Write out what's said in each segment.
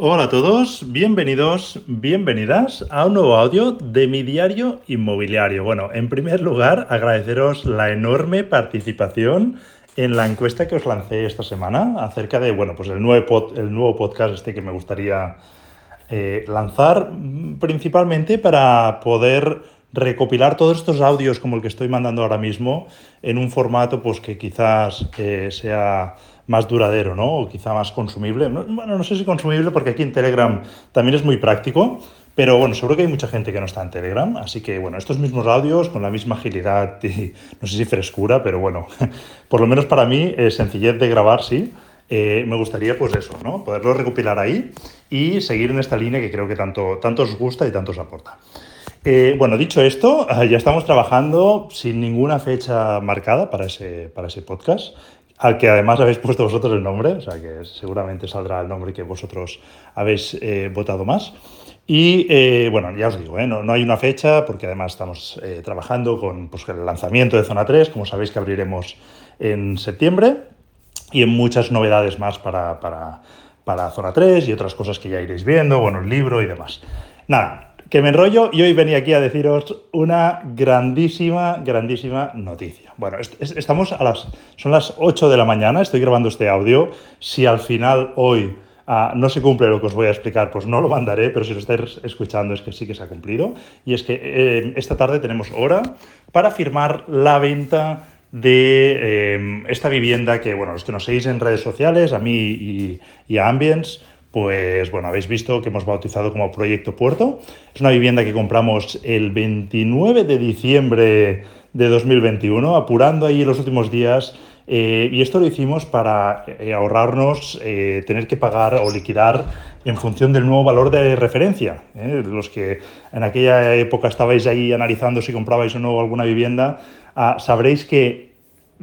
Hola a todos, bienvenidos, bienvenidas a un nuevo audio de mi diario inmobiliario. Bueno, en primer lugar, agradeceros la enorme participación en la encuesta que os lancé esta semana acerca de, bueno, pues el nuevo podcast que me gustaría lanzar, principalmente para poder recopilar todos estos audios como el que estoy mandando ahora mismo en un formato pues que quizás sea más duradero, ¿no? O quizá más consumible. Bueno, no sé si consumible porque aquí en Telegram también es muy práctico, pero bueno, seguro que hay mucha gente que no está en Telegram, así que bueno, estos mismos audios con la misma agilidad y no sé si frescura, pero bueno, por lo menos para mí, sencillez de grabar, sí. Me gustaría pues eso, ¿no? Poderlo recopilar ahí y seguir en esta línea que creo que tanto os gusta y tanto os aporta. Bueno, dicho esto, ya estamos trabajando sin ninguna fecha marcada para ese podcast, al que además habéis puesto vosotros el nombre, o sea que seguramente saldrá el nombre que vosotros habéis votado más. Y bueno, ya os digo, no hay una fecha porque además estamos trabajando con pues, el lanzamiento de Zona 3, como sabéis que abriremos en septiembre, y en muchas novedades más para Zona 3 y otras cosas que ya iréis viendo, bueno, el libro y demás. Nada, que me enrollo y hoy venía aquí a deciros una grandísima noticia. Bueno, son las 8 de la mañana, estoy grabando este audio. Si al final hoy no se cumple lo que os voy a explicar, pues no lo mandaré, pero si lo estáis escuchando es que sí que se ha cumplido. Y es que esta tarde tenemos hora para firmar la venta de esta vivienda que, bueno, los que nos seguís en redes sociales, a mí y a Ambience, pues bueno, habéis visto que hemos bautizado como Proyecto Puerto. Es una vivienda que compramos el 29 de diciembre de 2021, apurando ahí los últimos días. Y esto lo hicimos para ahorrarnos tener que pagar o liquidar en función del nuevo valor de referencia. Los que en aquella época estabais ahí analizando si comprabais o no alguna vivienda, sabréis que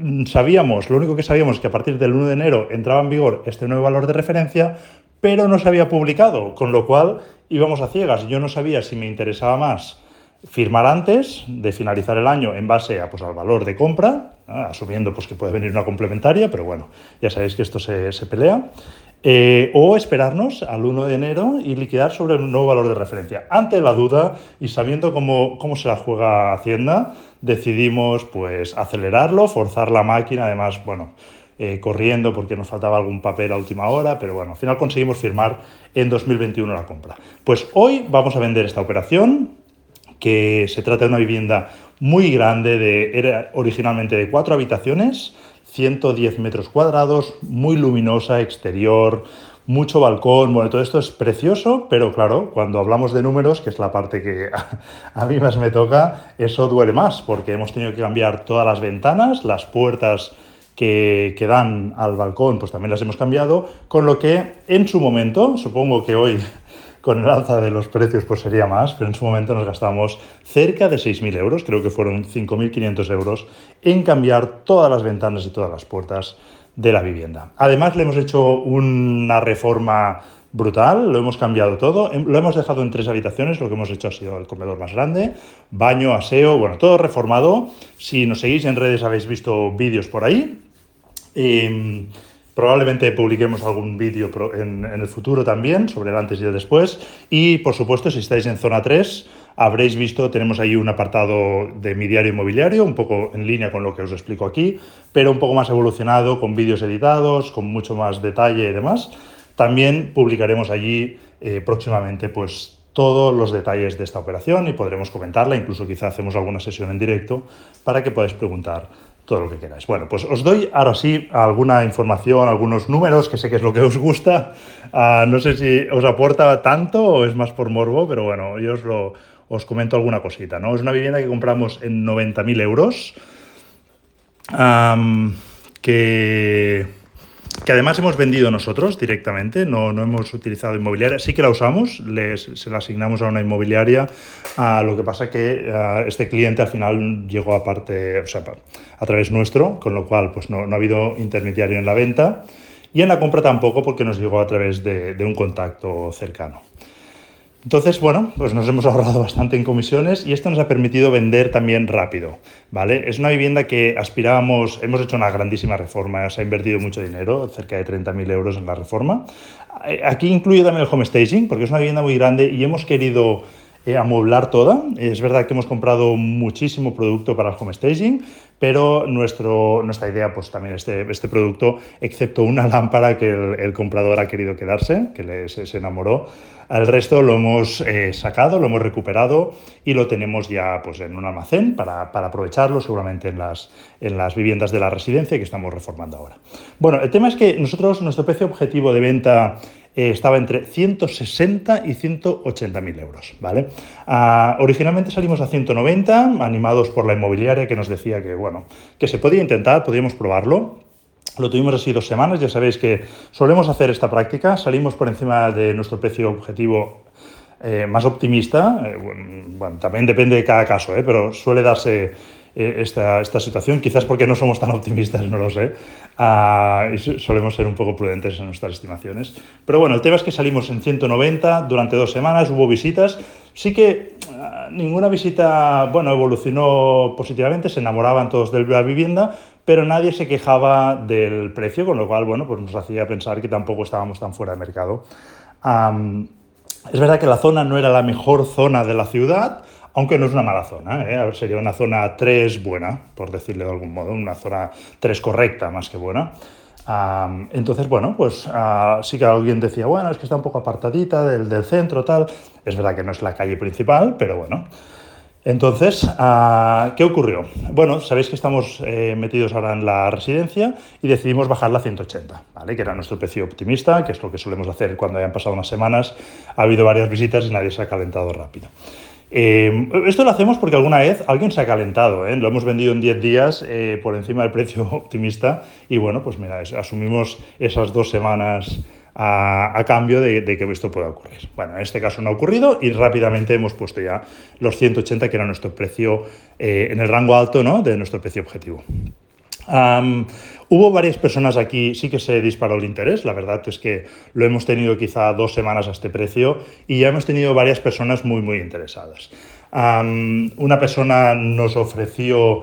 lo único que sabíamos es que a partir del 1 de enero entraba en vigor este nuevo valor de referencia, pero no se había publicado, con lo cual íbamos a ciegas. Yo no sabía si me interesaba más firmar antes de finalizar el año en base a, pues, al valor de compra, asumiendo pues, que puede venir una complementaria, pero bueno, ya sabéis que esto se pelea, o esperarnos al 1 de enero y liquidar sobre el nuevo valor de referencia. Ante la duda y sabiendo cómo se la juega Hacienda, decidimos pues acelerarlo, forzar la máquina, además, bueno, corriendo porque nos faltaba algún papel a última hora, pero bueno, al final conseguimos firmar en 2021 la compra. Pues hoy vamos a vender esta operación, que se trata de una vivienda muy grande, era originalmente de 4 habitaciones, 110 metros cuadrados, muy luminosa, exterior, mucho balcón. Bueno, todo esto es precioso, pero claro, cuando hablamos de números, que es la parte que a mí más me toca, eso duele más, porque hemos tenido que cambiar todas las ventanas, las puertas que dan al balcón, pues también las hemos cambiado, con lo que en su momento, supongo que hoy con el alza de los precios pues sería más, pero en su momento nos gastamos cerca de 6.000 euros, creo que fueron 5.500 euros, en cambiar todas las ventanas y todas las puertas de la vivienda. Además le hemos hecho una reforma brutal, lo hemos cambiado todo, lo hemos dejado en 3 habitaciones, lo que hemos hecho ha sido el comedor más grande, baño, aseo, bueno, todo reformado. Si nos seguís en redes habéis visto vídeos por ahí. Probablemente publiquemos algún vídeo en el futuro también sobre el antes y el después. Y, por supuesto, si estáis en Zona 3, habréis visto, tenemos ahí un apartado de mi diario inmobiliario, un poco en línea con lo que os explico aquí, pero un poco más evolucionado, con vídeos editados, con mucho más detalle y demás. También publicaremos allí próximamente pues, todos los detalles de esta operación y podremos comentarla, incluso quizá hacemos alguna sesión en directo para que podáis preguntar todo lo que queráis. Bueno, pues os doy ahora sí alguna información, algunos números, que sé que es lo que os gusta. No sé si os aporta tanto o es más por morbo, pero bueno, yo os comento alguna cosita, ¿no? Es una vivienda que compramos en 90.000 euros, que además hemos vendido nosotros directamente, no hemos utilizado inmobiliaria, sí que la usamos, se la asignamos a una inmobiliaria, lo que pasa que este cliente al final llegó aparte, o sea, a través nuestro, con lo cual pues no ha habido intermediario en la venta y en la compra tampoco porque nos llegó a través de un contacto cercano. Entonces, bueno, pues nos hemos ahorrado bastante en comisiones y esto nos ha permitido vender también rápido, ¿vale? Es una vivienda que aspirábamos, hemos hecho una grandísima reforma, se ha invertido mucho dinero, cerca de 30.000 euros en la reforma. Aquí incluye también el home staging, porque es una vivienda muy grande y hemos querido amueblar toda. Es verdad que hemos comprado muchísimo producto para el home staging, pero nuestra idea, pues también este producto, excepto una lámpara que el comprador ha querido quedarse, que se enamoró, el resto lo hemos sacado, lo hemos recuperado y lo tenemos ya pues, en un almacén para aprovecharlo seguramente en las viviendas de la residencia que estamos reformando ahora. Bueno, el tema es que nuestro precio objetivo de venta estaba entre 160 y 180.000 euros, ¿vale? Originalmente salimos a 190, animados por la inmobiliaria que nos decía que, bueno, que se podía intentar, podíamos probarlo. Lo tuvimos así 2 semanas, ya sabéis que solemos hacer esta práctica, salimos por encima de nuestro precio objetivo más optimista, bueno, también depende de cada caso, pero suele darse esta situación, quizás porque no somos tan optimistas, no lo sé, y solemos ser un poco prudentes en nuestras estimaciones. Pero bueno, el tema es que salimos en 190 durante 2 semanas, hubo visitas, sí que ninguna visita, bueno, evolucionó positivamente, se enamoraban todos de la vivienda, pero nadie se quejaba del precio, con lo cual, bueno, pues nos hacía pensar que tampoco estábamos tan fuera de mercado. Es verdad que la zona no era la mejor zona de la ciudad, aunque no es una mala zona, ¿eh? A ver, sería una zona 3 buena, por decirlo de algún modo, una zona 3 correcta más que buena. Entonces, bueno, pues sí que alguien decía, bueno, es que está un poco apartadita del centro, tal. Es verdad que no es la calle principal, pero bueno. Entonces, ¿qué ocurrió? Bueno, sabéis que estamos metidos ahora en la residencia y decidimos bajarla a 180, ¿vale? Que era nuestro precio optimista, que es lo que solemos hacer cuando hayan pasado unas semanas. Ha habido varias visitas y nadie se ha calentado rápido. Esto lo hacemos porque alguna vez alguien se ha calentado, ¿eh? Lo hemos vendido en 10 días por encima del precio optimista y bueno, pues mira, asumimos esas 2 semanas a cambio de que esto pueda ocurrir. Bueno, en este caso no ha ocurrido y rápidamente hemos puesto ya los 180, que era nuestro precio en el rango alto, ¿no?, de nuestro precio objetivo. Hubo varias personas aquí, sí que se disparó el interés, la verdad es que lo hemos tenido quizá 2 semanas a este precio y ya hemos tenido varias personas muy, muy interesadas. Una persona nos ofreció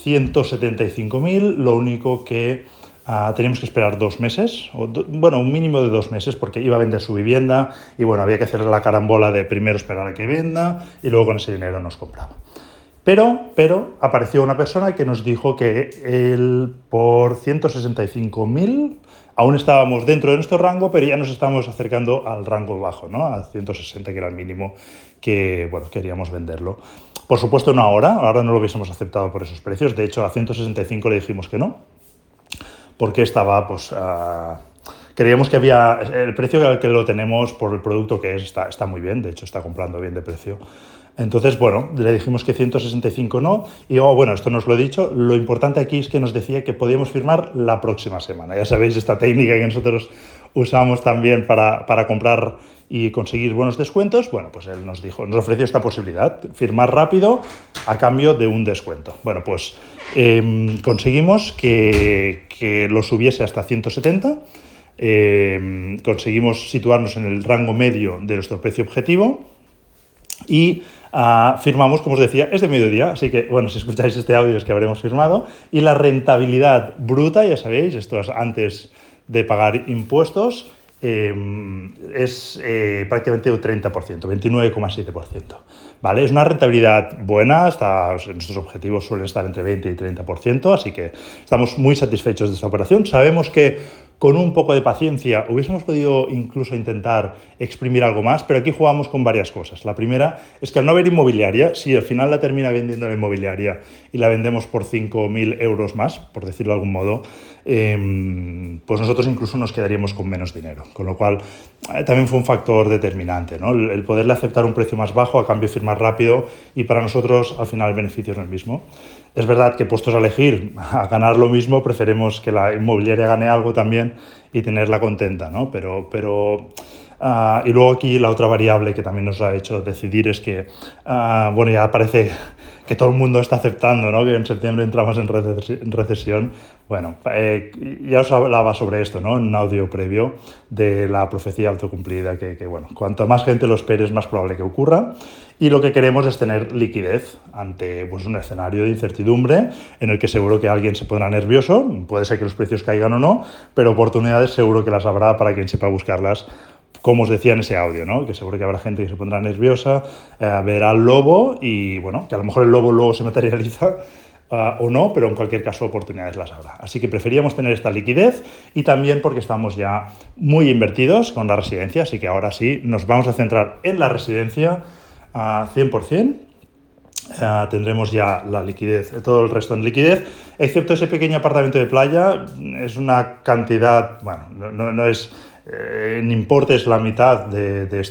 175.000, lo único que teníamos que esperar 2 meses, bueno, un mínimo de 2 meses, porque iba a vender su vivienda y bueno, había que hacer la carambola de primero esperar a que venda y luego con ese dinero nos compraba. Pero apareció una persona que nos dijo que él por 165.000, aún estábamos dentro de nuestro rango, pero ya nos estábamos acercando al rango bajo, ¿no?, a 160, que era el mínimo que, bueno, queríamos venderlo. Por supuesto no ahora no lo hubiésemos aceptado por esos precios, de hecho a 165 le dijimos que no, porque estaba, pues, creíamos que había, el precio al que lo tenemos por el producto que es, está muy bien, de hecho está comprando bien de precio. Entonces, bueno, le dijimos que 165 no, y bueno, esto nos lo he dicho, lo importante aquí es que nos decía que podíamos firmar la próxima semana. Ya sabéis, esta técnica que nosotros usamos también para comprar y conseguir buenos descuentos. Bueno, pues él nos ofreció esta posibilidad, firmar rápido a cambio de un descuento. Bueno, pues conseguimos que lo subiese hasta 170, conseguimos situarnos en el rango medio de nuestro precio objetivo y firmamos, como os decía, es de mediodía, así que, bueno, si escucháis este audio es que habremos firmado, y la rentabilidad bruta, ya sabéis, esto es antes de pagar impuestos, es prácticamente un 30%, 29,7%. ¿Vale? Es una rentabilidad buena, nuestros objetivos suelen estar entre 20 y 30%, así que estamos muy satisfechos de esta operación. Sabemos que con un poco de paciencia hubiésemos podido incluso intentar exprimir algo más, pero aquí jugamos con varias cosas. La primera es que al no haber inmobiliaria, si al final la termina vendiendo la inmobiliaria y la vendemos por 5.000 euros más, por decirlo de algún modo, pues nosotros incluso nos quedaríamos con menos dinero. Con lo cual, también fue un factor determinante, ¿no? El poderle aceptar un precio más bajo a cambio de firmar rápido, y para nosotros al final el beneficio es el mismo. Es verdad que puestos a elegir a ganar lo mismo, preferimos que la inmobiliaria gane algo también y tenerla contenta, ¿no? Y luego aquí la otra variable que también nos ha hecho decidir es que, bueno, ya parece que todo el mundo está aceptando, ¿no? Que en septiembre entramos en recesión. Bueno, ya os hablaba sobre esto, ¿no? En un audio previo de la profecía autocumplida, bueno, cuanto más gente lo espere es más probable que ocurra. Y lo que queremos es tener liquidez ante pues, un escenario de incertidumbre en el que seguro que alguien se pondrá nervioso, puede ser que los precios caigan o no, pero oportunidades seguro que las habrá para quien sepa buscarlas, como os decía en ese audio, ¿no? Que seguro que habrá gente que se pondrá nerviosa, verá al lobo y, bueno, que a lo mejor el lobo luego se materializa o no, pero en cualquier caso oportunidades las habrá. Así que preferíamos tener esta liquidez y también porque estamos ya muy invertidos con la residencia, así que ahora sí nos vamos a centrar en la residencia a 100%. Tendremos ya la liquidez, todo el resto en liquidez, excepto ese pequeño apartamento de playa. Es una cantidad, bueno, no es, en importe es la mitad de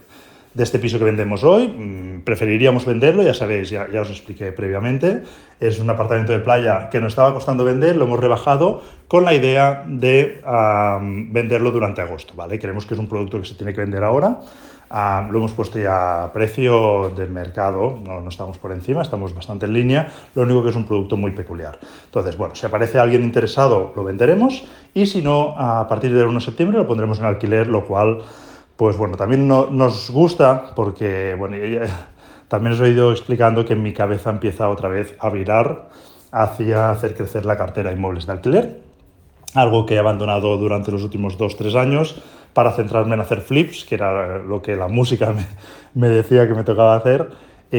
este piso que vendemos hoy. Preferiríamos venderlo, ya sabéis, ya os expliqué previamente. Es un apartamento de playa que nos estaba costando vender, lo hemos rebajado con la idea de venderlo durante agosto, ¿vale? Creemos que es un producto que se tiene que vender ahora. Lo hemos puesto ya a precio del mercado, no estamos por encima, estamos bastante en línea, lo único que es un producto muy peculiar. Entonces, bueno, si aparece alguien interesado, lo venderemos y si no, a partir del 1 de septiembre lo pondremos en alquiler, lo cual, pues bueno, también nos gusta porque, bueno, también os he ido explicando que en mi cabeza empieza otra vez a virar hacia hacer crecer la cartera de inmuebles de alquiler, algo que he abandonado durante los últimos 2-3 años para centrarme en hacer flips, que era lo que la música me decía que me tocaba hacer,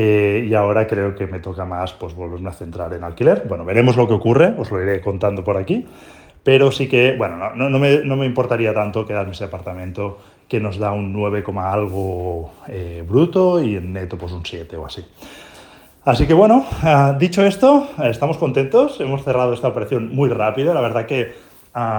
y ahora creo que me toca más pues, volverme a centrar en alquiler. Bueno, veremos lo que ocurre, os lo iré contando por aquí, pero sí que, bueno, no me importaría tanto quedarme ese apartamento que nos da un 9, algo bruto y en neto pues un 7 o así. Así que bueno, dicho esto, estamos contentos, hemos cerrado esta operación muy rápida, la verdad que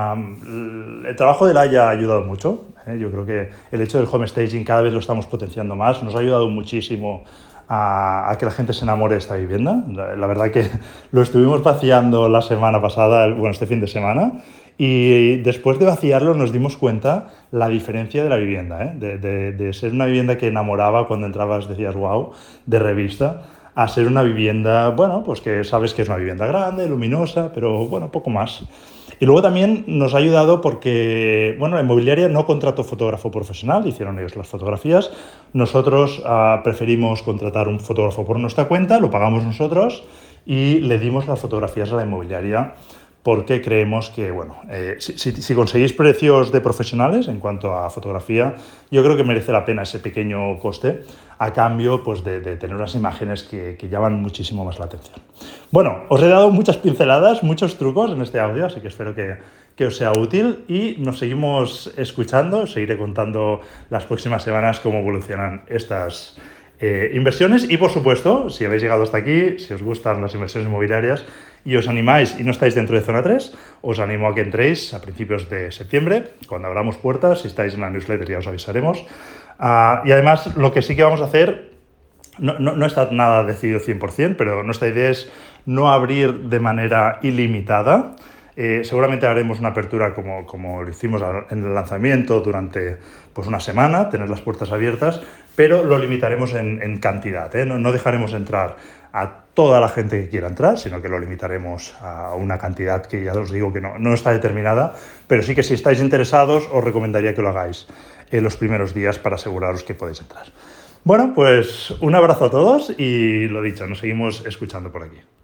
el trabajo de Laia ha ayudado mucho. Yo creo que el hecho del home staging cada vez lo estamos potenciando más. Nos ha ayudado muchísimo a que la gente se enamore de esta vivienda. La verdad que lo estuvimos vaciando la semana pasada, bueno, este fin de semana, y después de vaciarlo nos dimos cuenta la diferencia de la vivienda, de ser una vivienda que enamoraba cuando entrabas, decías, wow, de revista, a ser una vivienda, bueno, pues que sabes que es una vivienda grande, luminosa, pero bueno, poco más. Y luego también nos ha ayudado porque, bueno, la inmobiliaria no contrató fotógrafo profesional, hicieron ellos las fotografías. Nosotros preferimos contratar un fotógrafo por nuestra cuenta, lo pagamos nosotros y le dimos las fotografías a la inmobiliaria porque creemos que, bueno, si conseguís precios de profesionales en cuanto a fotografía, yo creo que merece la pena ese pequeño coste a cambio pues, de tener unas imágenes que llaman muchísimo más la atención. Bueno, os he dado muchas pinceladas, muchos trucos en este audio, así que espero que os sea útil y nos seguimos escuchando. Os seguiré contando las próximas semanas cómo evolucionan estas inversiones y, por supuesto, si habéis llegado hasta aquí, si os gustan las inversiones inmobiliarias y os animáis y no estáis dentro de Zona 3, os animo a que entréis a principios de septiembre, cuando abramos puertas. Si estáis en la newsletter ya os avisaremos. Y además, lo que sí que vamos a hacer, no está nada decidido 100%, pero nuestra idea es no abrir de manera ilimitada. Seguramente haremos una apertura como lo hicimos en el lanzamiento durante pues, una semana, tener las puertas abiertas, pero lo limitaremos en cantidad. No dejaremos entrar a toda la gente que quiera entrar, sino que lo limitaremos a una cantidad que ya os digo que no está determinada, pero sí que si estáis interesados os recomendaría que lo hagáis en los primeros días para aseguraros que podéis entrar. Bueno, pues un abrazo a todos y lo dicho, nos seguimos escuchando por aquí.